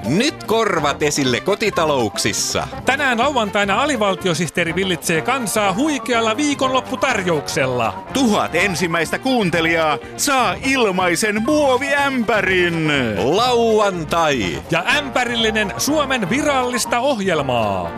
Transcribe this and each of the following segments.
Nyt korvat esille kotitalouksissa. Tänään lauantaina alivaltiosihteeri villitsee kansaa huikealla viikonlopputarjouksella. 1000 ensimmäistä kuuntelijaa saa ilmaisen muoviämpärin. Lauantai. Ja ämpärillinen Suomen virallista ohjelmaa.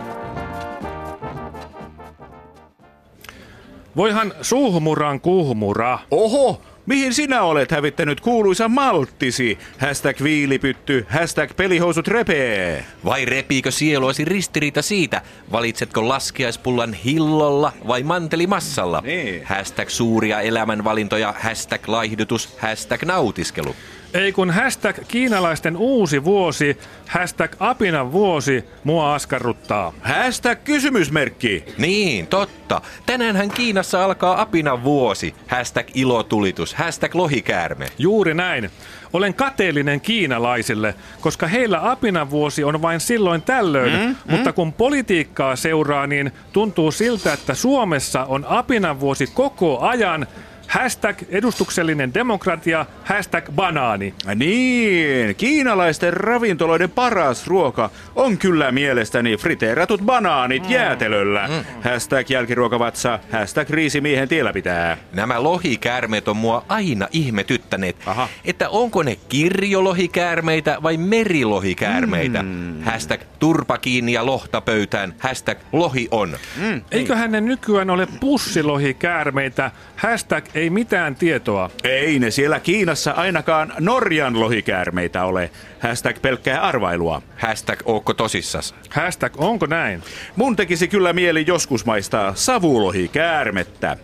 Voihan suuhumuran kuuhumura. Oho, mihin sinä olet hävittänyt kuuluisa malttisi? #viilipytty, #pelihousut repee. Vai repiikö sieluasi ristiriita siitä, valitsetko laskiaispullan hillolla vai mantelimassalla? Niin. #suuria elämänvalintoja, #laihdutus, #nautiskelu. Ei kun #kiinalaisten uusi vuosi, #apinan vuosi mua askarruttaa. #kysymysmerkki. Niin, totta. Tänäänhän Kiinassa alkaa apinan vuosi. #ilotulitus, #lohikäärme. Juuri näin. Olen kateellinen kiinalaisille, koska heillä apinan vuosi on vain silloin tällöin, mutta kun politiikkaa seuraa, niin tuntuu siltä, että Suomessa on apinan vuosi koko ajan. #edustuksellinen demokratia, #banaani. Niin, kiinalaisten ravintoloiden paras ruoka on kyllä mielestäni friteeratut banaanit jäätelöllä. #jälkiruokavatsa, #riisimiehen tiellä pitää. Nämä lohikäärmeet on mua aina ihmetyttäneet, Aha. että onko ne kirjolohikäärmeitä vai merilohikäärmeitä. #turpa kiinni ja lohta pöytään, #lohi on. Eiköhän ne nykyään ole pussilohikäärmeitä, #ei mitään tietoa. Ei ne siellä Kiinassa ainakaan Norjan lohikäärmeitä ole. #pelkkää arvailua. #ootko tosissas. #onko näin? Mun tekisi kyllä mieli joskus maistaa savulohikäärmettä.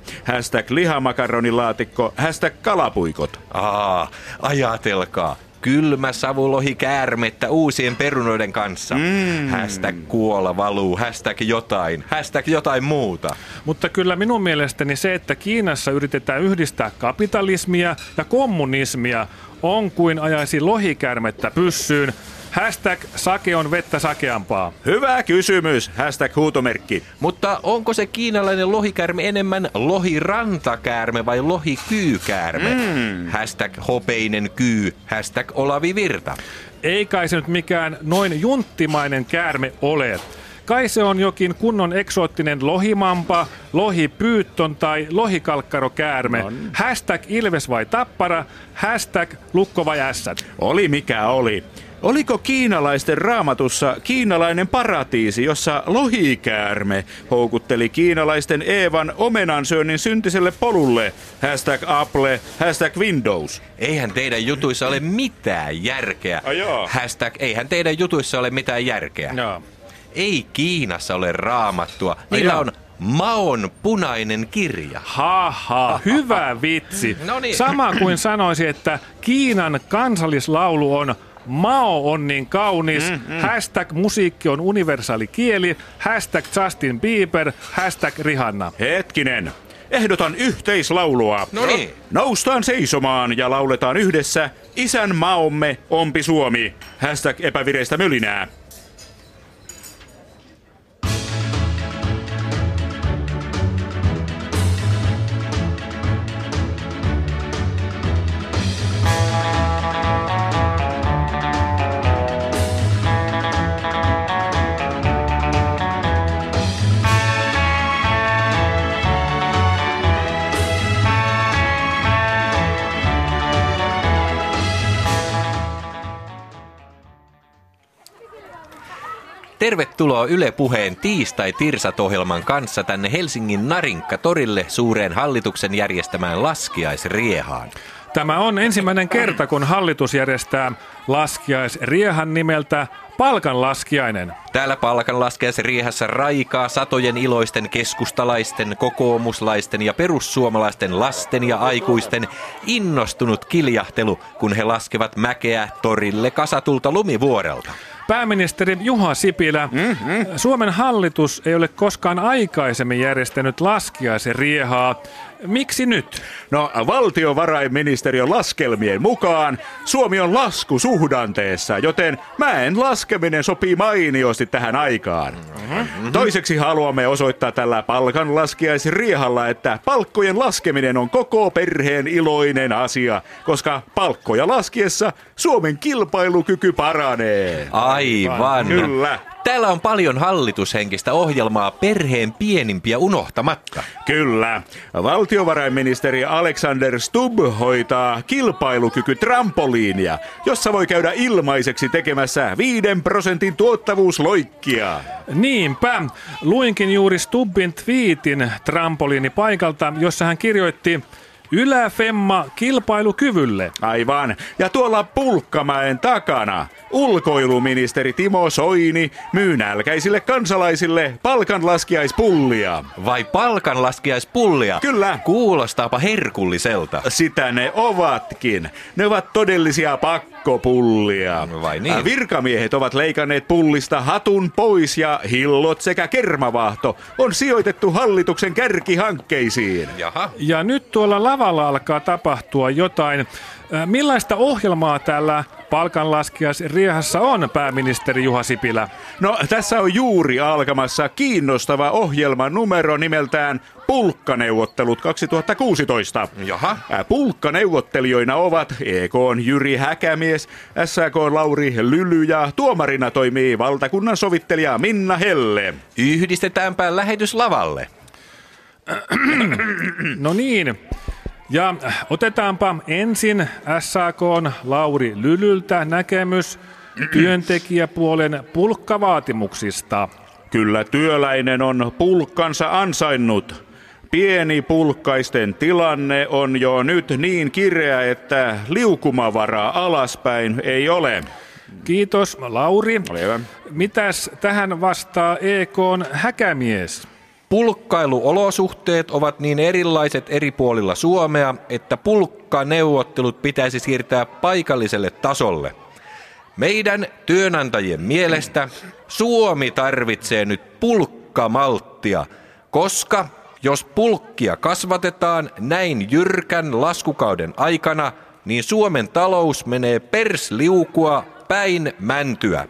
#lihamakarronilaatikko, #kalapuikot. Ajatelkaa. Kylmä savulohikäärmettä uusien perunoiden kanssa. #kuola valuu, #jotain, #jotain muuta. Mutta kyllä minun mielestäni se, että Kiinassa yritetään yhdistää kapitalismia ja kommunismia, on kuin ajaisi lohikäärmettä pyssyyn. #sake on vettä sakeampaa. Hyvä kysymys. #huutomerkki. Mutta onko se kiinalainen lohikäärme enemmän lohirantakäärme vai lohikyykäärme? #hopeinen kyy, #Olavi Virta. Ei kai se nyt mikään noin junttimainen käärme ole. Kai se on jokin kunnon eksoottinen lohimampa, lohipyytton tai lohikalkkarokäärme. #ilves vai tappara, #lukko vai ässät. Oli mikä oli. Oliko kiinalaisten raamatussa kiinalainen paratiisi, jossa lohikäärme houkutteli kiinalaisten Eevan omenansyönnin syntiselle polulle? #Apple, #Windows. Eihän teidän jutuissa ole mitään järkeä. Joo. Eihän teidän jutuissa ole mitään järkeä. Joo. Ei Kiinassa ole raamattua. Niillä on Maon punainen kirja. Haha, hyvä vitsi. Noniin. Sama kuin sanoisi, että Kiinan kansallislaulu on Mao on niin kaunis, #musiikki on universaali kieli, #Justin Bieber, #Rihanna. Hetkinen. Ehdotan yhteislaulua. Noniin. Noustaan seisomaan ja lauletaan yhdessä Isän maomme ompi Suomi. #epävireistä mölinää. Tervetuloa Yle Puheen tiistai-tirsat-ohjelman kanssa tänne Helsingin Narinkka-torille suureen hallituksen järjestämään laskiaisriehaan. Tämä on ensimmäinen kerta, kun hallitus järjestää laskiaisriehan nimeltä palkanlaskiainen. Täällä palkanlaskiaisriehassa raikaa satojen iloisten keskustalaisten, kokoomuslaisten ja perussuomalaisten lasten ja aikuisten innostunut kiljahtelu, kun he laskevat mäkeä torille kasatulta lumivuorelta. Pääministeri Juha Sipilä, Suomen hallitus ei ole koskaan aikaisemmin järjestänyt laskiaisriehaa. Miksi nyt? No, valtiovarainministeriön laskelmien mukaan Suomi on laskusuhdanteessa, joten mäen laskeminen sopii mainiosti tähän aikaan. Toiseksi haluamme osoittaa tällä palkanlaskiaisriehalla, että palkkojen laskeminen on koko perheen iloinen asia, koska palkkoja laskiessa Suomen kilpailukyky paranee. Aivan. Kyllä. Täällä on paljon hallitushenkistä ohjelmaa perheen pienimpiä unohtamatta. Kyllä. Valtiovarainministeri Alexander Stubb hoitaa kilpailukykytrampoliinia, jossa voi käydä ilmaiseksi tekemässä 5% tuottavuusloikkia. Niinpä. Luinkin juuri Stubbin twiitin trampoliinipaikalta, jossa hän kirjoitti Yläfemma kilpailukyvylle. Aivan. Ja tuolla Pulkkamäen takana ulkoiluministeri Timo Soini myy nälkäisille kansalaisille palkanlaskiaispullia. Vai palkanlaskiaispullia? Kyllä. Kuulostaapa herkulliselta. Sitä ne ovatkin. Ne ovat todellisia pakkopullia. Vai niin? Virkamiehet ovat leikanneet pullista hatun pois ja hillot sekä kermavaahto on sijoitettu hallituksen kärkihankkeisiin. Jaha. Ja nyt tuolla lavalla alkaa tapahtua jotain. Millaista ohjelmaa täällä palkanlaskiaisriehassa on, pääministeri Juha Sipilä? No, tässä on juuri alkamassa kiinnostava ohjelman numero nimeltään Pulkkaneuvottelut 2016. Jaha. Pulkkaneuvottelijoina ovat EK:n Jyri Häkämies, SAK:n Lauri Lyly ja tuomarina toimii valtakunnan sovittelija Minna Helle. Yhdistetäänpä lähetys lavalle. No niin. Ja otetaanpa ensin SAK:n Lauri Lylyltä näkemys työntekijäpuolen pulkkavaatimuksista. Kyllä työläinen on pulkkansa ansainnut. Pienipulkkaisten tilanne on jo nyt niin kireä, että liukumavaraa alaspäin ei ole. Kiitos, Lauri. Ole hyvä. Mitäs tähän vastaa EK:n Häkämies? Pulkkailuolosuhteet ovat niin erilaiset eri puolilla Suomea, että pulkkaneuvottelut pitäisi siirtää paikalliselle tasolle. Meidän työnantajien mielestä Suomi tarvitsee nyt pulkkamalttia, koska jos pulkkia kasvatetaan näin jyrkän laskukauden aikana, niin Suomen talous menee persliukua päin mäntyä.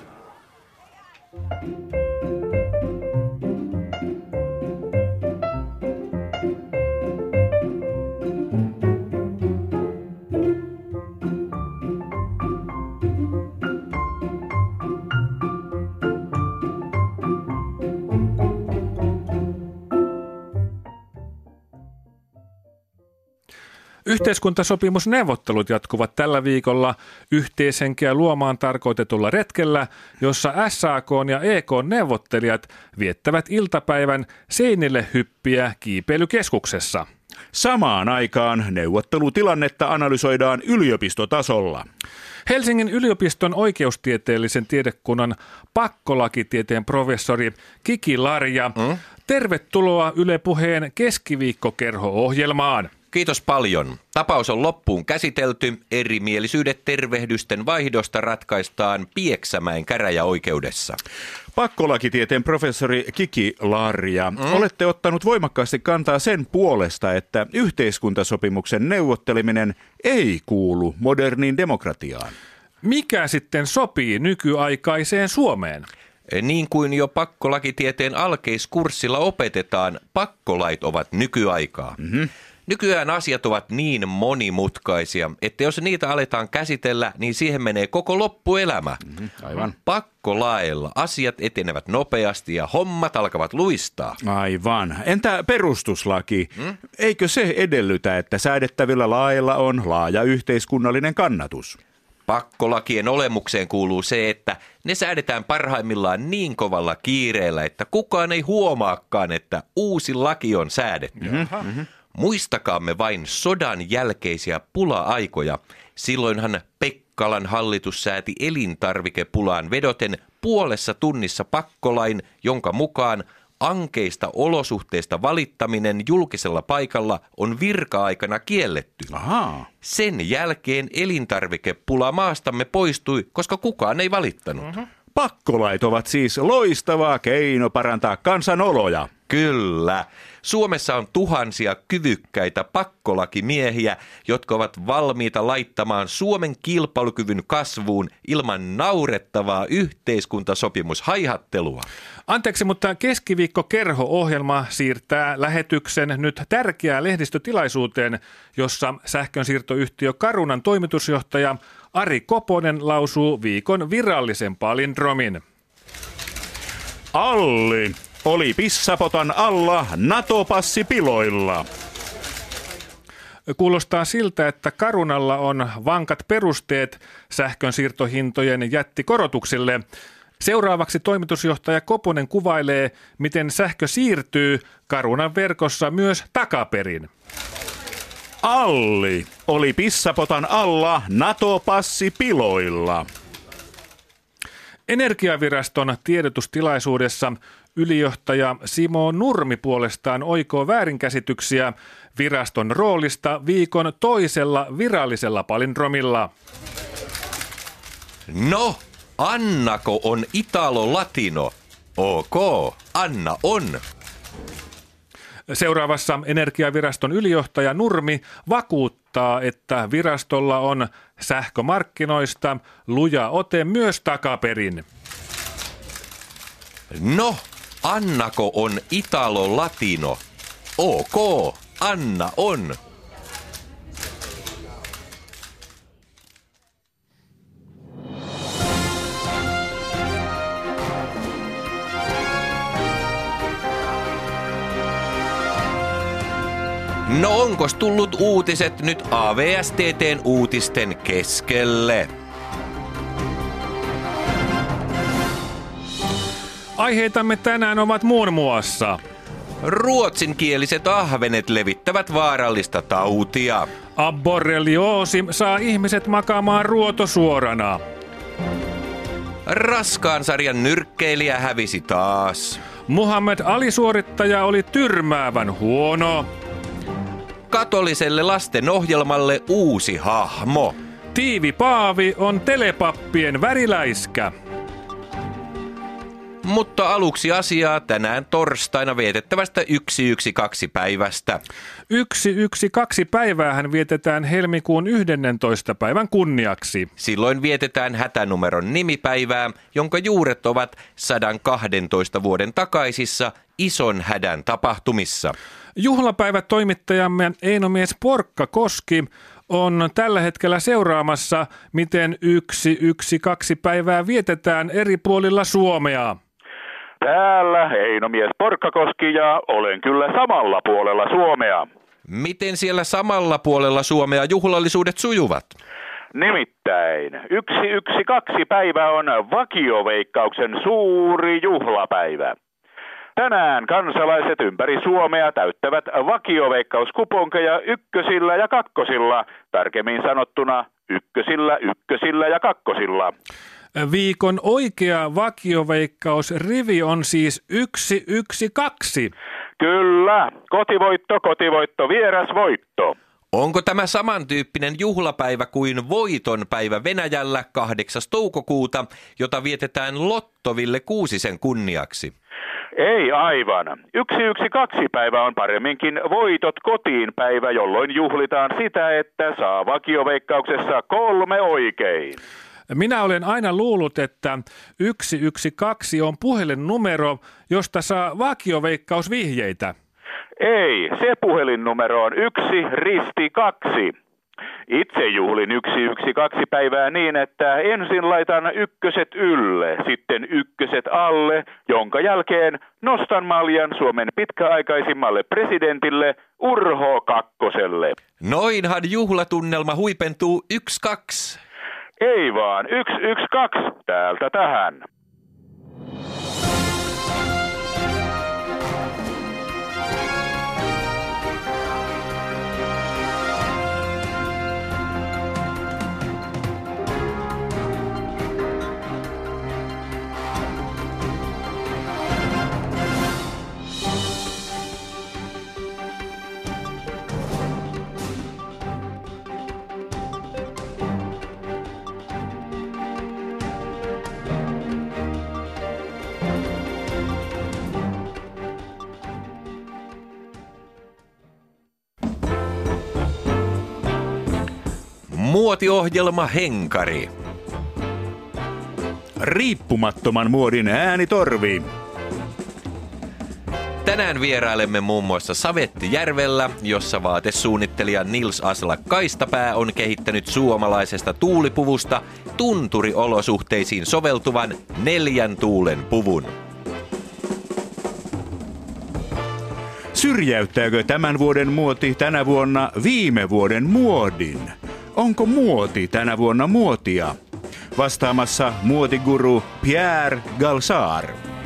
Yhteiskuntasopimusneuvottelut jatkuvat tällä viikolla yhteishenkeä luomaan tarkoitetulla retkellä, jossa SAK:n ja EK:n neuvottelijat viettävät iltapäivän seinille hyppiä kiipeilykeskuksessa. Samaan aikaan neuvottelutilannetta analysoidaan yliopistotasolla. Helsingin yliopiston oikeustieteellisen tiedekunnan pakkolakitieteen professori Kiki Larja, tervetuloa Yle Puheen keskiviikkokerho-ohjelmaan. Kiitos paljon. Tapaus on loppuun käsitelty. Erimielisyydet tervehdysten vaihdosta ratkaistaan Pieksämäen käräjäoikeudessa. Pakkolakitieteen professori Kiki Larja, olette ottanut voimakkaasti kantaa sen puolesta, että yhteiskuntasopimuksen neuvotteleminen ei kuulu moderniin demokratiaan. Mikä sitten sopii nykyaikaiseen Suomeen? Niin kuin jo pakkolakitieteen alkeiskurssilla opetetaan, pakkolait ovat nykyaikaa. Nykyään asiat ovat niin monimutkaisia, että jos niitä aletaan käsitellä, niin siihen menee koko loppuelämä. Aivan. Pakkolaeilla asiat etenevät nopeasti ja hommat alkavat luistaa. Aivan. Entä perustuslaki? Eikö se edellytä, että säädettävillä laeilla on laaja yhteiskunnallinen kannatus? Pakkolakien olemukseen kuuluu se, että ne säädetään parhaimmillaan niin kovalla kiireellä, että kukaan ei huomaakaan, että uusi laki on säädetty. Muistakaamme vain sodan jälkeisiä pula-aikoja. Silloinhan Pekkalan hallitus sääti elintarvikepulaan vedoten puolessa tunnissa pakkolain, jonka mukaan ankeista olosuhteista valittaminen julkisella paikalla on virka-aikana kielletty. Ahaa. Sen jälkeen elintarvikepula maastamme poistui, koska kukaan ei valittanut. Pakkolait ovat siis loistava keino parantaa kansan oloja. Kyllä. Suomessa on tuhansia kyvykkäitä pakkolakimiehiä, jotka ovat valmiita laittamaan Suomen kilpailukyvyn kasvuun ilman naurettavaa yhteiskuntasopimushaihattelua. Anteeksi, mutta Keskiviikko-kerho-ohjelma siirtää lähetyksen nyt tärkeään lehdistötilaisuuteen, jossa sähkönsiirtoyhtiö Carunan toimitusjohtaja Ari Koponen lausuu viikon virallisen palindromin. Alli oli pissapotan alla NATO-passipiloilla. Kuulostaa siltä, että Carunalla on vankat perusteet sähkönsiirtohintojen jättikorotuksille. Seuraavaksi toimitusjohtaja Koponen kuvailee, miten sähkö siirtyy Carunan verkossa myös takaperin. Alli oli pissapotan alla NATO-passipiloilla. Energiaviraston tiedotustilaisuudessa ylijohtaja Simo Nurmi puolestaan oikoo väärinkäsityksiä viraston roolista viikon toisella virallisella palindromilla. No, Annako on italo-latino? Ok, Anna on. Seuraavassa Energiaviraston ylijohtaja Nurmi vakuuttaa, että virastolla on sähkömarkkinoista luja ote myös takaperin. No, Annako on italo-latino? Ok, Anna on. No onkos tullut uutiset nyt AVSTT:n uutisten keskelle? Aiheitamme tänään ovat muun muassa: Ruotsinkieliset ahvenet levittävät vaarallista tautia. Borrelioosi saa ihmiset makaamaan ruotosuorana. Raskaan sarjan nyrkkeilijä hävisi taas. Muhammed Ali-suorittaja oli tyrmäävän huono. Katoliselle lastenohjelmalle uusi hahmo. Tiivi Paavi on telepappien väriläiskä. Mutta aluksi asiaa tänään torstaina vietettävästä 112 päivästä. 112 päiväähän vietetään helmikuun 11. päivän kunniaksi. Silloin vietetään hätänumeron nimipäivää, jonka juuret ovat 112 vuoden takaisissa ison hädän tapahtumissa. Juhlapäivätoimittajamme Einomies Porkka-Koski on tällä hetkellä seuraamassa, miten 112 päivää vietetään eri puolilla Suomea. Täällä Einomies Porkkakoski ja olen kyllä samalla puolella Suomea. Miten siellä samalla puolella Suomea juhlallisuudet sujuvat? Nimittäin 112 päivä on vakioveikkauksen suuri juhlapäivä. Tänään kansalaiset ympäri Suomea täyttävät vakioveikkauskuponkeja ykkösillä ja kakkosilla, tarkemmin sanottuna ykkösillä ja kakkosilla. Viikon oikea vakioveikkausrivi on siis 112. Kyllä, kotivoitto, vierasvoitto. Onko tämä samantyyppinen juhlapäivä kuin voiton päivä Venäjällä 8. toukokuuta, jota vietetään Lottoville Kuusisen kunniaksi? Ei aivan. 112 päivä on paremminkin voitot kotiin päivä, jolloin juhlitaan sitä, että saa vakioveikkauksessa 3 oikein. Minä olen aina luullut, että 112 on puhelinnumero, josta saa vakioveikkausvihjeitä. Ei, se puhelinnumero on 1-2. Itse juhlin 112 päivää niin, että ensin laitan ykköset ylle, sitten ykköset alle, jonka jälkeen nostan maljan Suomen pitkäaikaisimmalle presidentille Urho Kakkoselle. Noinhan juhlatunnelma huipentuu 1-2. Ei vaan 112 täältä tähän. Muotiohjelma Henkari. Riippumattoman muodin äänitorvi. Tänään vierailemme muun muassa Savettijärvellä, jossa vaatesuunnittelija Nils Aslak Kaistapää on kehittänyt suomalaisesta tuulipuvusta tunturiolosuhteisiin soveltuvan 4 tuulen puvun. Syrjäyttääkö tämän vuoden muoti tänä vuonna viime vuoden muodin? Onko muoti tänä vuonna muotia? Vastaamassa muotiguru Pierre Galsar.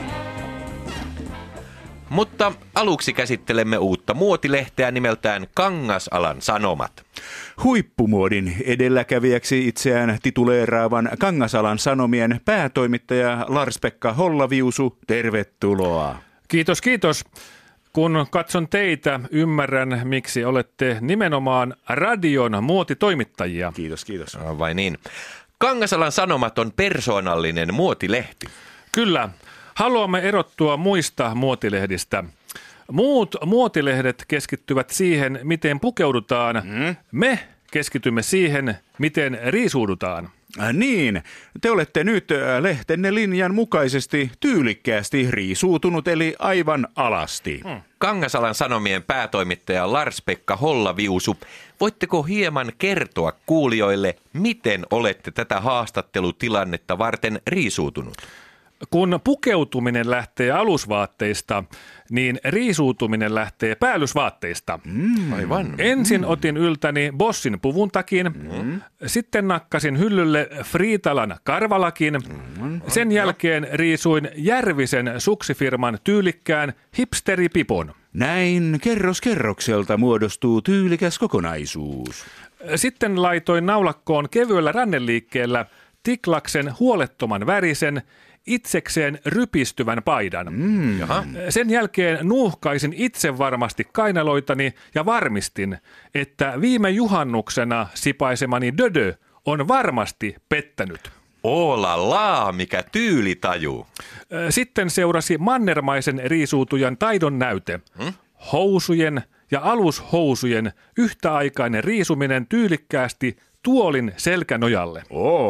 Mutta aluksi käsittelemme uutta muotilehteä nimeltään Kangasalan Sanomat. Huippumuodin edelläkävijäksi itseään tituleeraavan Kangasalan Sanomien päätoimittaja Lars-Pekka Hollaviusu, tervetuloa. Kiitos, kiitos. Kun katson teitä, ymmärrän, miksi olette nimenomaan radion muotitoimittajia. Kiitos, kiitos. Vai niin. Kangasalan Sanomat on persoonallinen muotilehti. Kyllä. Haluamme erottua muista muotilehdistä. Muut muotilehdet keskittyvät siihen, miten pukeudutaan. Me keskitymme siihen, miten riisuudutaan. Niin, te olette nyt lehtenne linjan mukaisesti tyylikkäästi riisuutunut, eli aivan alasti. Kangasalan Sanomien päätoimittaja Lars-Pekka Hollaviusu, voitteko hieman kertoa kuulijoille, miten olette tätä haastattelutilannetta varten riisuutunut? Kun pukeutuminen lähtee alusvaatteista, niin riisuutuminen lähtee päällysvaatteista. Aivan. Ensin otin yltäni Bossin puvun takin, sitten nakkasin hyllylle Friitalan karvalakin, sen jälkeen riisuin Järvisen suksifirman tyylikkään hipsteripipon. Näin kerros kerrokselta muodostuu tyylikäs kokonaisuus. Sitten laitoin naulakkoon kevyellä ranneliikkeellä Tiklaksen huolettoman värisen, itsekseen rypistyvän paidan. Sen jälkeen nuuhkaisin itse varmasti kainaloitani ja varmistin, että viime juhannuksena sipaisemani dödö on varmasti pettänyt. Olalaa, mikä tyylitaju. Sitten seurasi mannermaisen riisuutujan taidon näyte. Housujen ja alushousujen yhtäaikainen riisuminen tyylikkäästi tuolin selkänojalle.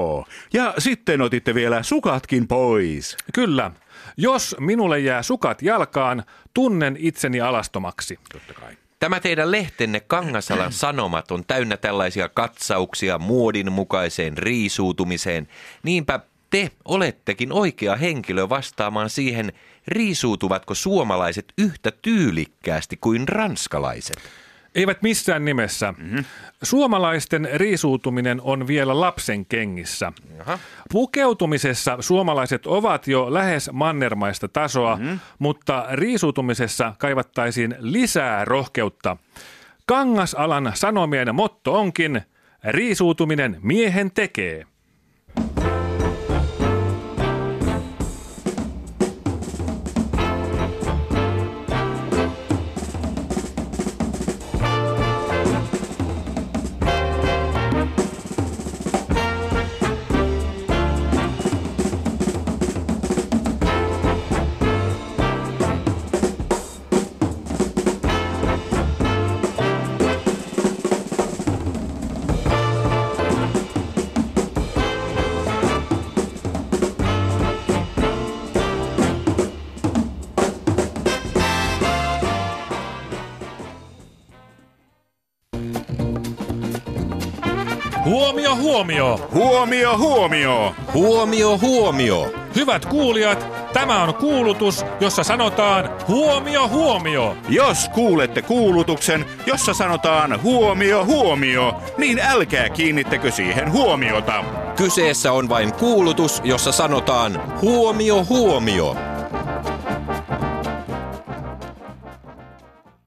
Ja sitten otitte vielä sukatkin pois. Kyllä. Jos minulle jää sukat jalkaan, tunnen itseni alastomaksi. Totta kai. Tämä teidän lehtenne Kangasalan Sanomat on täynnä tällaisia katsauksia muodin mukaiseen riisuutumiseen. Niinpä te olettekin oikea henkilö vastaamaan siihen, riisuutuvatko suomalaiset yhtä tyylikkäästi kuin ranskalaiset. Eivät missään nimessä. Suomalaisten riisuutuminen on vielä lapsen kengissä. Pukeutumisessa suomalaiset ovat jo lähes mannermaista tasoa, mutta riisuutumisessa kaivattaisiin lisää rohkeutta. Kangasalan Sanomien motto onkin, riisuutuminen miehen tekee. Huomio, huomio! Huomio, huomio! Huomio, huomio! Hyvät kuulijat, tämä on kuulutus, jossa sanotaan huomio, huomio! Jos kuulette kuulutuksen, jossa sanotaan huomio, huomio, niin älkää kiinnittäkö siihen huomiota. Kyseessä on vain kuulutus, jossa sanotaan huomio, huomio.